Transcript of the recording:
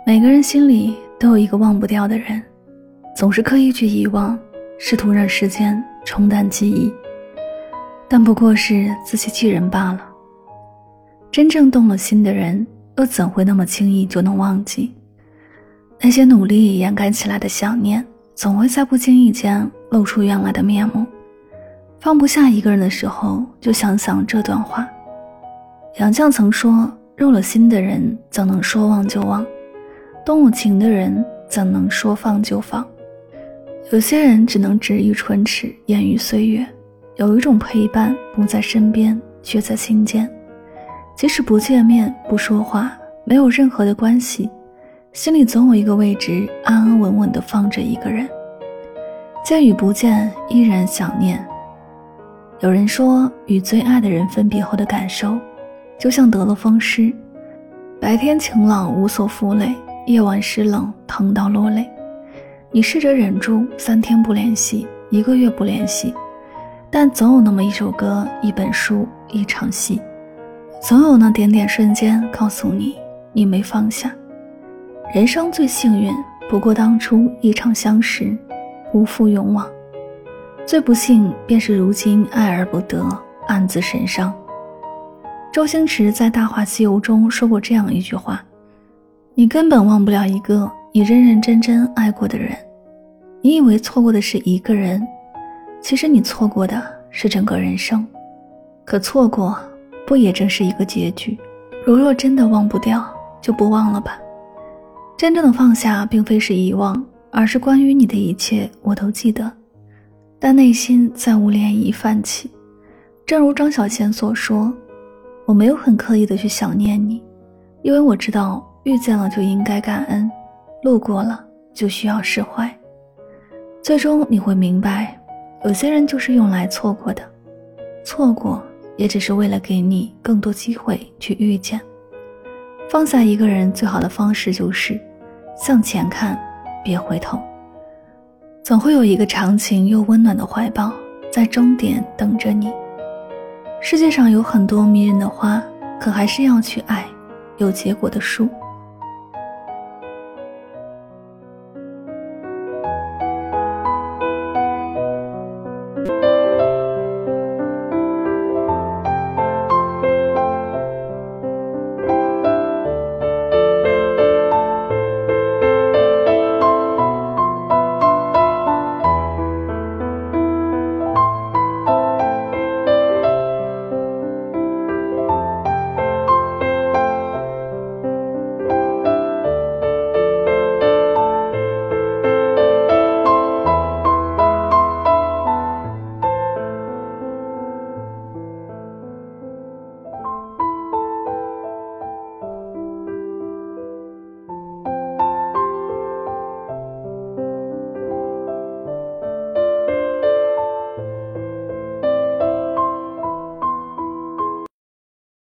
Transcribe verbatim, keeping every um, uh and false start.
每个人心里都有一个忘不掉的人，总是刻意去遗忘，试图让时间冲淡记忆，但不过是自欺欺人罢了。真正动了心的人，又怎会那么轻易就能忘记？那些努力掩盖起来的想念，总会在不经意间露出原来的面目。放不下一个人的时候，就想想这段话。杨绛曾说，入了心的人怎能说忘就忘，动了情的人怎能说放就放。有些人只能止于唇齿，掩于岁月，有一种陪伴不在身边，却在心间。即使不见面不说话，没有任何的关系，心里总有一个位置安安稳稳地放着一个人。见与不见，依然想念。有人说，与最爱的人分别后的感受就像得了风湿，白天晴朗无所负累，夜晚湿冷疼到落泪。你试着忍住，三天不联系，一个月不联系，但总有那么一首歌，一本书，一场戏，总有那点点瞬间告诉你，你没放下。人生最幸运，不过当初一场相识，无负永往。最不幸便是如今爱而不得，暗自神伤。周星驰在《大话西游》中说过这样一句话，你根本忘不了一个你认认真真爱过的人。你以为错过的是一个人，其实你错过的是整个人生。可错过不也正是一个结局？如若真的忘不掉，就不忘了吧。真正的放下并非是遗忘，而是关于你的一切我都记得，但内心再无涟漪泛起。正如张小娴所说，我没有很刻意的去想念你，因为我知道遇见了就应该感恩，路过了就需要释怀。最终你会明白，有些人就是用来错过的，错过也只是为了给你更多机会去遇见。放下一个人最好的方式就是向前看，别回头。总会有一个长情又温暖的怀抱在终点等着你。世界上有很多迷人的花，可还是要去爱有结果的树。